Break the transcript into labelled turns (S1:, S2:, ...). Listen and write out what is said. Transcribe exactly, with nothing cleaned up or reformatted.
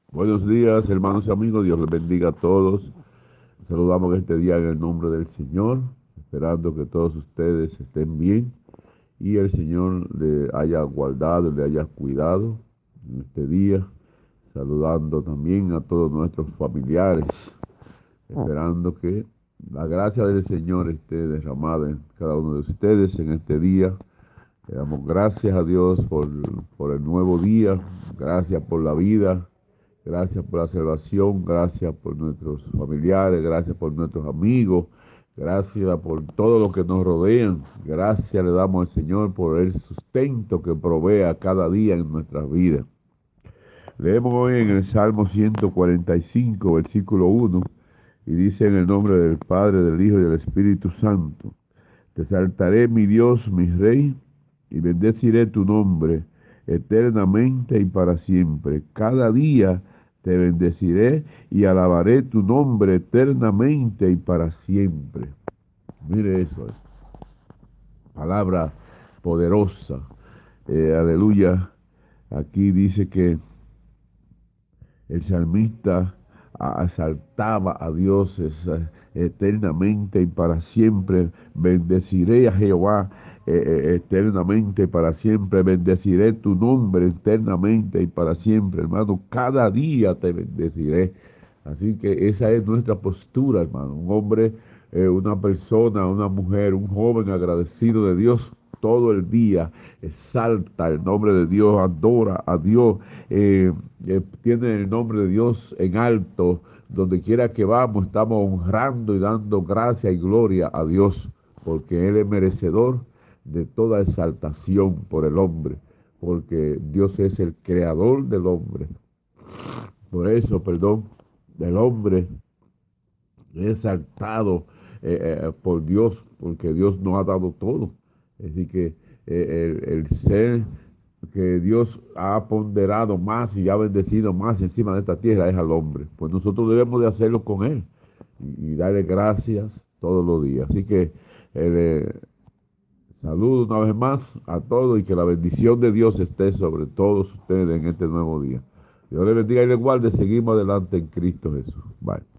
S1: Buenos días, hermanos y amigos. Dios les bendiga a todos. Saludamos este día en el nombre del Señor, esperando que todos ustedes estén bien y el Señor le haya guardado, le haya cuidado en este día. Saludando también a todos nuestros familiares, esperando que la gracia del Señor esté derramada en cada uno de ustedes en este día. Le damos gracias a Dios por, por el nuevo día, gracias por la vida. Gracias por la salvación, gracias por nuestros familiares, gracias por nuestros amigos, gracias por todo lo que nos rodean. Gracias le damos al Señor por el sustento que provee a cada día en nuestras vidas. Leemos hoy en el Salmo ciento cuarenta y cinco, versículo uno, y dice en el nombre del Padre, del Hijo y del Espíritu Santo: Te exaltaré, mi Dios, mi Rey, y bendeciré tu nombre eternamente y para siempre. Cada día te bendeciré y alabaré tu nombre eternamente y para siempre. Mire eso, eh. Palabra poderosa. Eh, aleluya. Aquí dice que el salmista exaltaba a Dios esa, eternamente y para siempre. Bendeciré a Jehová eh, eh, eternamente y para siempre. Bendeciré tu nombre eternamente y para siempre, hermano. Cada día te bendeciré. Así que esa es nuestra postura, hermano. Un hombre, eh, una persona, una mujer, un joven agradecido de Dios todo el día, exalta el nombre de Dios, adora a Dios, eh, eh, tiene el nombre de Dios en alto. Donde quiera que vamos, estamos honrando y dando gracia y gloria a Dios, porque Él es merecedor de toda exaltación por el hombre, porque Dios es el creador del hombre. Por eso, perdón, del hombre es exaltado eh, eh, por Dios, porque Dios nos ha dado todo. Así que eh, el, el ser que Dios ha ponderado más y ha bendecido más encima de esta tierra es al hombre. Pues nosotros debemos de hacerlo con Él y, y darle gracias todos los días. Así que eh, saludo una vez más a todos y que la bendición de Dios esté sobre todos ustedes en este nuevo día. Dios les bendiga y les guarde. Seguimos adelante en Cristo Jesús. Bye.